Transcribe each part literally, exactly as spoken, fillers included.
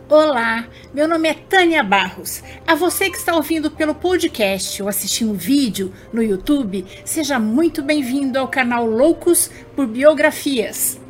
Olá, meu nome é Tânia Barros. A você que está ouvindo pelo podcast ou assistindo vídeo no YouTube, seja muito bem-vindo ao canal Loucos por Biografias.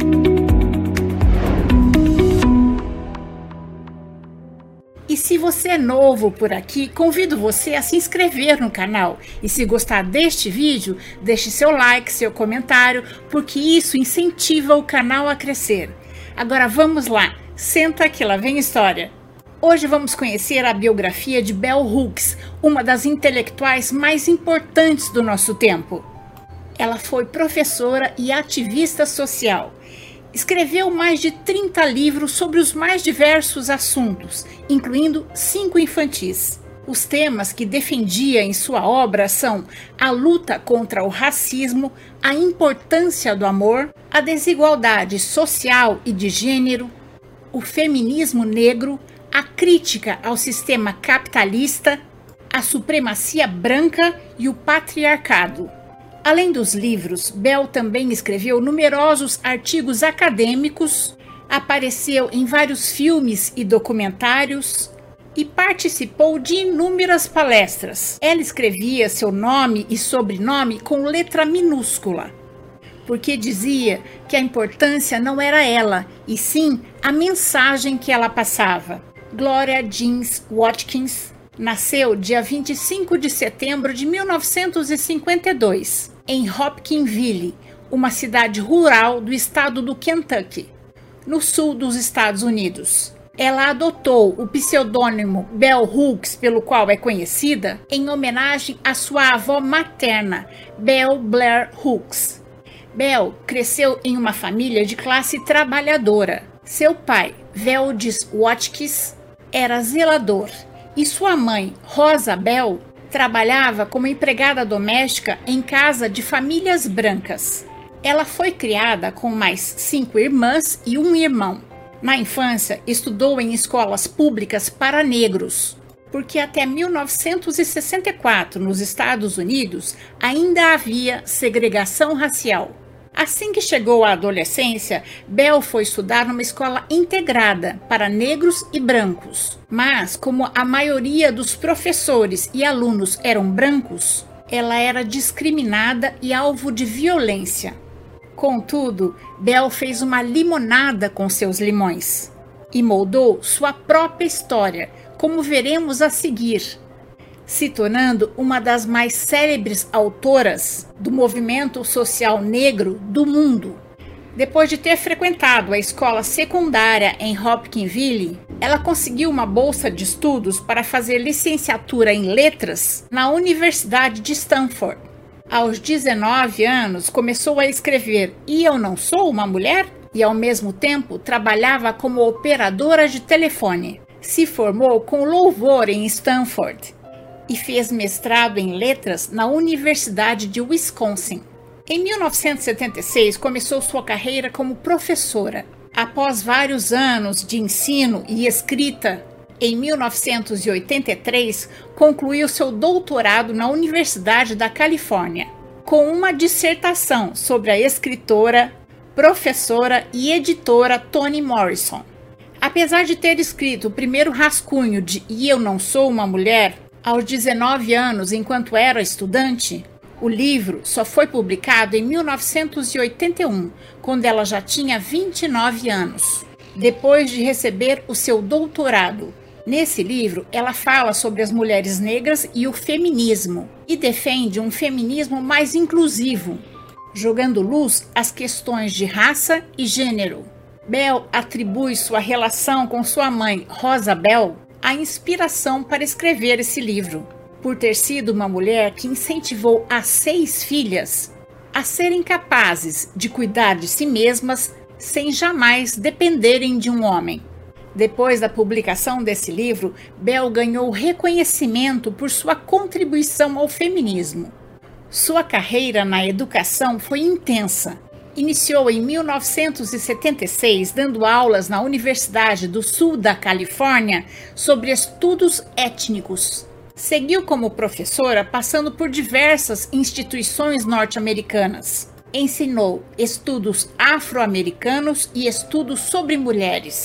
E se você é novo por aqui, convido você a se inscrever no canal. E se gostar deste vídeo, deixe seu like, seu comentário, porque isso incentiva o canal a crescer. Agora vamos lá, senta que lá vem história. Hoje vamos conhecer a biografia de Bell Hooks, uma das intelectuais mais importantes do nosso tempo. Ela foi professora e ativista social. Escreveu mais de trinta livros sobre os mais diversos assuntos, incluindo cinco infantis. Os temas que defendia em sua obra são a luta contra o racismo, a importância do amor, a desigualdade social e de gênero, o feminismo negro, a crítica ao sistema capitalista, a supremacia branca e o patriarcado. Além dos livros, Bell também escreveu numerosos artigos acadêmicos, apareceu em vários filmes e documentários e participou de inúmeras palestras. Ela escrevia seu nome e sobrenome com letra minúscula, porque dizia que a importância não era ela, e sim a mensagem que ela passava. Gloria Jeans Watkins nasceu dia vinte e cinco de setembro de mil novecentos e cinquenta e dois. Em Hopkinsville, uma cidade rural do estado do Kentucky, no sul dos Estados Unidos. Ela adotou o pseudônimo Bell Hooks, pelo qual é conhecida, em homenagem à sua avó materna, Bell Blair Hooks. Bell cresceu em uma família de classe trabalhadora. Seu pai, Veldis Watkins, era zelador e sua mãe, Rosa Bell, trabalhava como empregada doméstica em casa de famílias brancas. Ela foi criada com mais cinco irmãs e um irmão. Na infância, estudou em escolas públicas para negros, porque até mil novecentos e sessenta e quatro, nos Estados Unidos, ainda havia segregação racial. Assim que chegou à adolescência, Bell foi estudar numa escola integrada para negros e brancos. Mas, como a maioria dos professores e alunos eram brancos, ela era discriminada e alvo de violência. Contudo, Bell fez uma limonada com seus limões e moldou sua própria história, como veremos a seguir, se tornando uma das mais célebres autoras do movimento social negro do mundo. Depois de ter frequentado a escola secundária em Hopkinsville, ela conseguiu uma bolsa de estudos para fazer licenciatura em letras na Universidade de Stanford. Aos dezenove anos, começou a escrever E Eu Não Sou Uma Mulher? E, ao mesmo tempo, trabalhava como operadora de telefone. Se formou com louvor em Stanford e fez mestrado em letras na Universidade de Wisconsin. Em mil novecentos e setenta e seis, começou sua carreira como professora. Após vários anos de ensino e escrita, em mil novecentos e oitenta e três, concluiu seu doutorado na Universidade da Califórnia, com uma dissertação sobre a escritora, professora e editora Toni Morrison. Apesar de ter escrito o primeiro rascunho de E Eu Não Sou Uma Mulher, aos dezenove anos, enquanto era estudante, o livro só foi publicado em mil novecentos e oitenta e um, quando ela já tinha vinte e nove anos, depois de receber o seu doutorado. Nesse livro, ela fala sobre as mulheres negras e o feminismo, e defende um feminismo mais inclusivo, jogando luz às questões de raça e gênero. Bell atribui sua relação com sua mãe, Rosa Bell, a inspiração para escrever esse livro, por ter sido uma mulher que incentivou as seis filhas a serem capazes de cuidar de si mesmas sem jamais dependerem de um homem. Depois da publicação desse livro, Bell ganhou reconhecimento por sua contribuição ao feminismo. Sua carreira na educação foi intensa. Iniciou em mil novecentos e setenta e seis, dando aulas na Universidade do Sul da Califórnia sobre estudos étnicos. Seguiu como professora, passando por diversas instituições norte-americanas. Ensinou estudos afro-americanos e estudos sobre mulheres.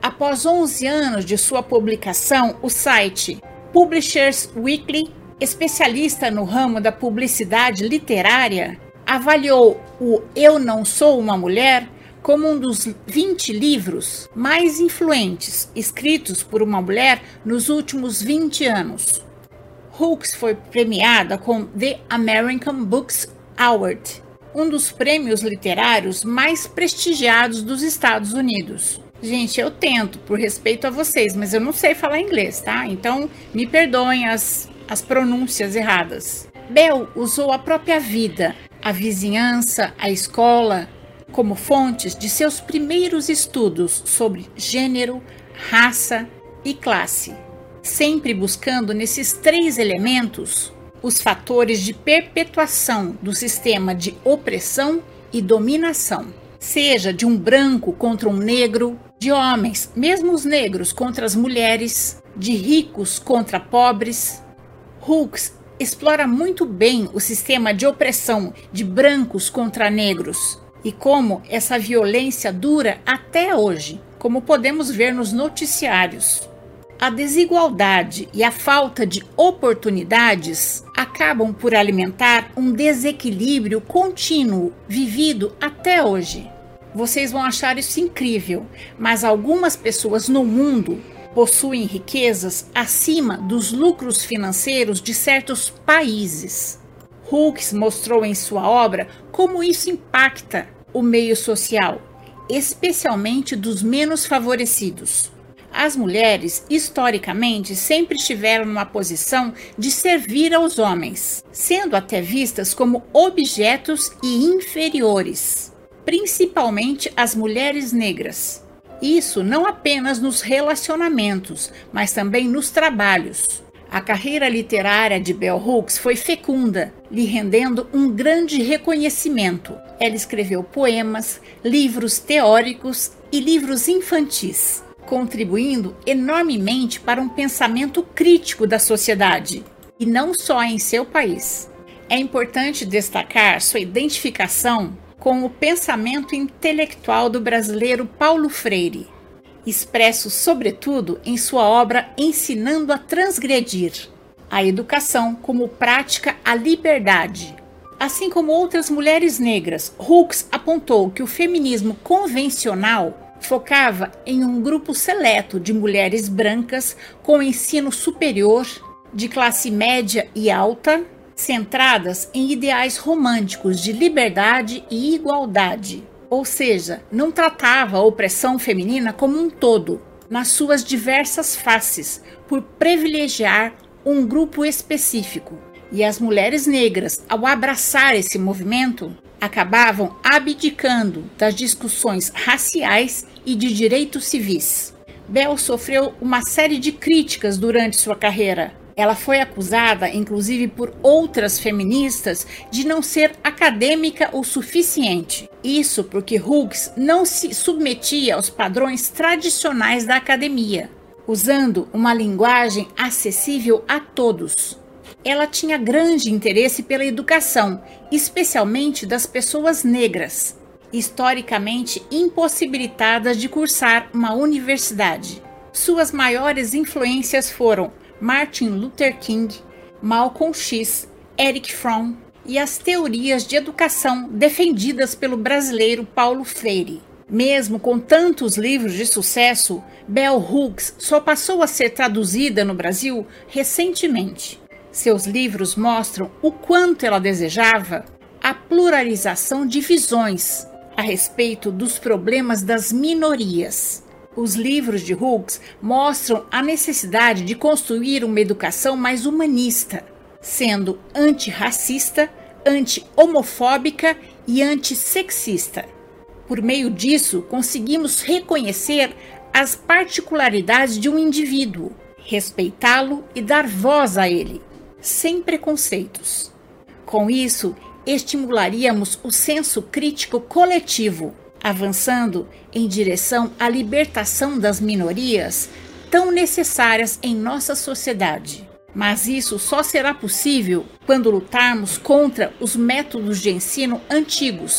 Após onze anos de sua publicação, o site Publishers Weekly, especialista no ramo da publicidade literária, avaliou o Eu Não Sou Uma Mulher como um dos vinte livros mais influentes escritos por uma mulher nos últimos vinte anos. Hooks foi premiada com The American Books Award, um dos prêmios literários mais prestigiados dos Estados Unidos. Gente, eu tento, por respeito a vocês, mas eu não sei falar inglês, tá? Então, me perdoem as, as pronúncias erradas. Bell usou a própria vida, a vizinhança, a escola, como fontes de seus primeiros estudos sobre gênero, raça e classe, sempre buscando nesses três elementos os fatores de perpetuação do sistema de opressão e dominação, seja de um branco contra um negro, de homens, mesmo os negros, contra as mulheres, de ricos contra pobres. Hooks explora muito bem o sistema de opressão de brancos contra negros e como essa violência dura até hoje, como podemos ver nos noticiários. A desigualdade e a falta de oportunidades acabam por alimentar um desequilíbrio contínuo vivido até hoje. Vocês vão achar isso incrível, mas algumas pessoas no mundo possuem riquezas acima dos lucros financeiros de certos países. Hooks mostrou em sua obra como isso impacta o meio social, especialmente dos menos favorecidos. As mulheres, historicamente, sempre estiveram numa posição de servir aos homens, sendo até vistas como objetos e inferiores, principalmente as mulheres negras. Isso não apenas nos relacionamentos, mas também nos trabalhos. A carreira literária de Bell Hooks foi fecunda, lhe rendendo um grande reconhecimento. Ela escreveu poemas, livros teóricos e livros infantis, contribuindo enormemente para um pensamento crítico da sociedade, e não só em seu país. É importante destacar sua identificação com o pensamento intelectual do brasileiro Paulo Freire, expresso sobretudo em sua obra Ensinando a Transgredir, a educação como prática à liberdade. Assim como outras mulheres negras, Hooks apontou que o feminismo convencional focava em um grupo seleto de mulheres brancas com ensino superior, de classe média e alta, centradas em ideais românticos de liberdade e igualdade. Ou seja, não tratava a opressão feminina como um todo, nas suas diversas faces, por privilegiar um grupo específico. E as mulheres negras, ao abraçar esse movimento, acabavam abdicando das discussões raciais e de direitos civis. Bell sofreu uma série de críticas durante sua carreira. Ela foi acusada, inclusive por outras feministas, de não ser acadêmica o suficiente. Isso porque Hooks não se submetia aos padrões tradicionais da academia, usando uma linguagem acessível a todos. Ela tinha grande interesse pela educação, especialmente das pessoas negras, historicamente impossibilitadas de cursar uma universidade. Suas maiores influências foram Martin Luther King, Malcolm X, Erich Fromm e as teorias de educação defendidas pelo brasileiro Paulo Freire. Mesmo com tantos livros de sucesso, Bell Hooks só passou a ser traduzida no Brasil recentemente. Seus livros mostram o quanto ela desejava a pluralização de visões a respeito dos problemas das minorias. Os livros de Hooks mostram a necessidade de construir uma educação mais humanista, sendo antirracista, anti-homofóbica e antissexista. Por meio disso, conseguimos reconhecer as particularidades de um indivíduo, respeitá-lo e dar voz a ele, sem preconceitos. Com isso, estimularíamos o senso crítico coletivo, avançando em direção à libertação das minorias tão necessárias em nossa sociedade. Mas isso só será possível quando lutarmos contra os métodos de ensino antigos,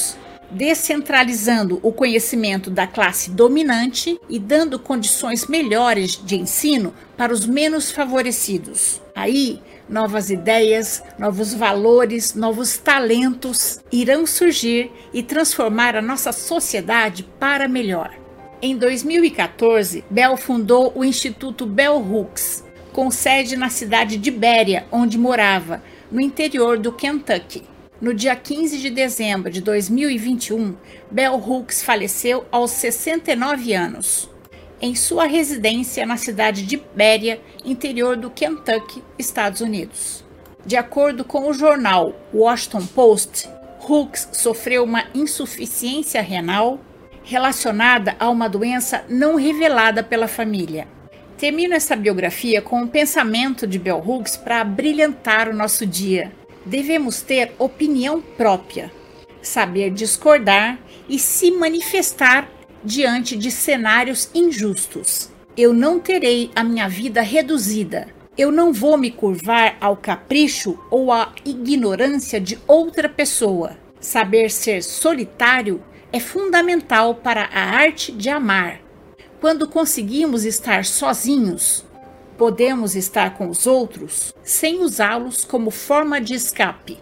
descentralizando o conhecimento da classe dominante e dando condições melhores de ensino para os menos favorecidos. Aí, novas ideias, novos valores, novos talentos irão surgir e transformar a nossa sociedade para melhor. Em dois mil e quatorze, Bell fundou o Instituto Bell Hooks, com sede na cidade de Berea, onde morava, no interior do Kentucky. No dia quinze de dezembro de dois mil e vinte e um, Bell Hooks faleceu aos sessenta e nove anos, em sua residência na cidade de Berea, interior do Kentucky, Estados Unidos. De acordo com o jornal Washington Post, Hooks sofreu uma insuficiência renal relacionada a uma doença não revelada pela família. Termino essa biografia com um pensamento de Bell Hooks para brilhantar o nosso dia. Devemos ter opinião própria, saber discordar e se manifestar diante de cenários injustos. Eu não terei a minha vida reduzida. Eu não vou me curvar ao capricho ou à ignorância de outra pessoa. Saber ser solitário é fundamental para a arte de amar. Quando conseguimos estar sozinhos, podemos estar com os outros sem usá-los como forma de escape.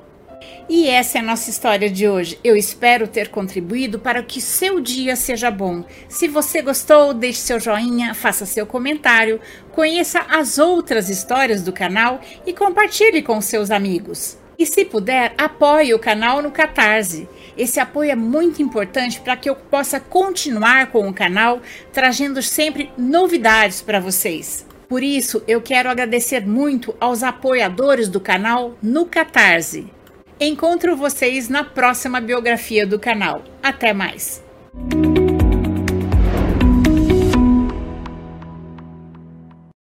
E essa é a nossa história de hoje. Eu espero ter contribuído para que seu dia seja bom. Se você gostou, deixe seu joinha, faça seu comentário, conheça as outras histórias do canal e compartilhe com seus amigos. E se puder, apoie o canal no Catarse. Esse apoio é muito importante para que eu possa continuar com o canal, trazendo sempre novidades para vocês. Por isso, eu quero agradecer muito aos apoiadores do canal no Catarse. Encontro vocês na próxima biografia do canal. Até mais!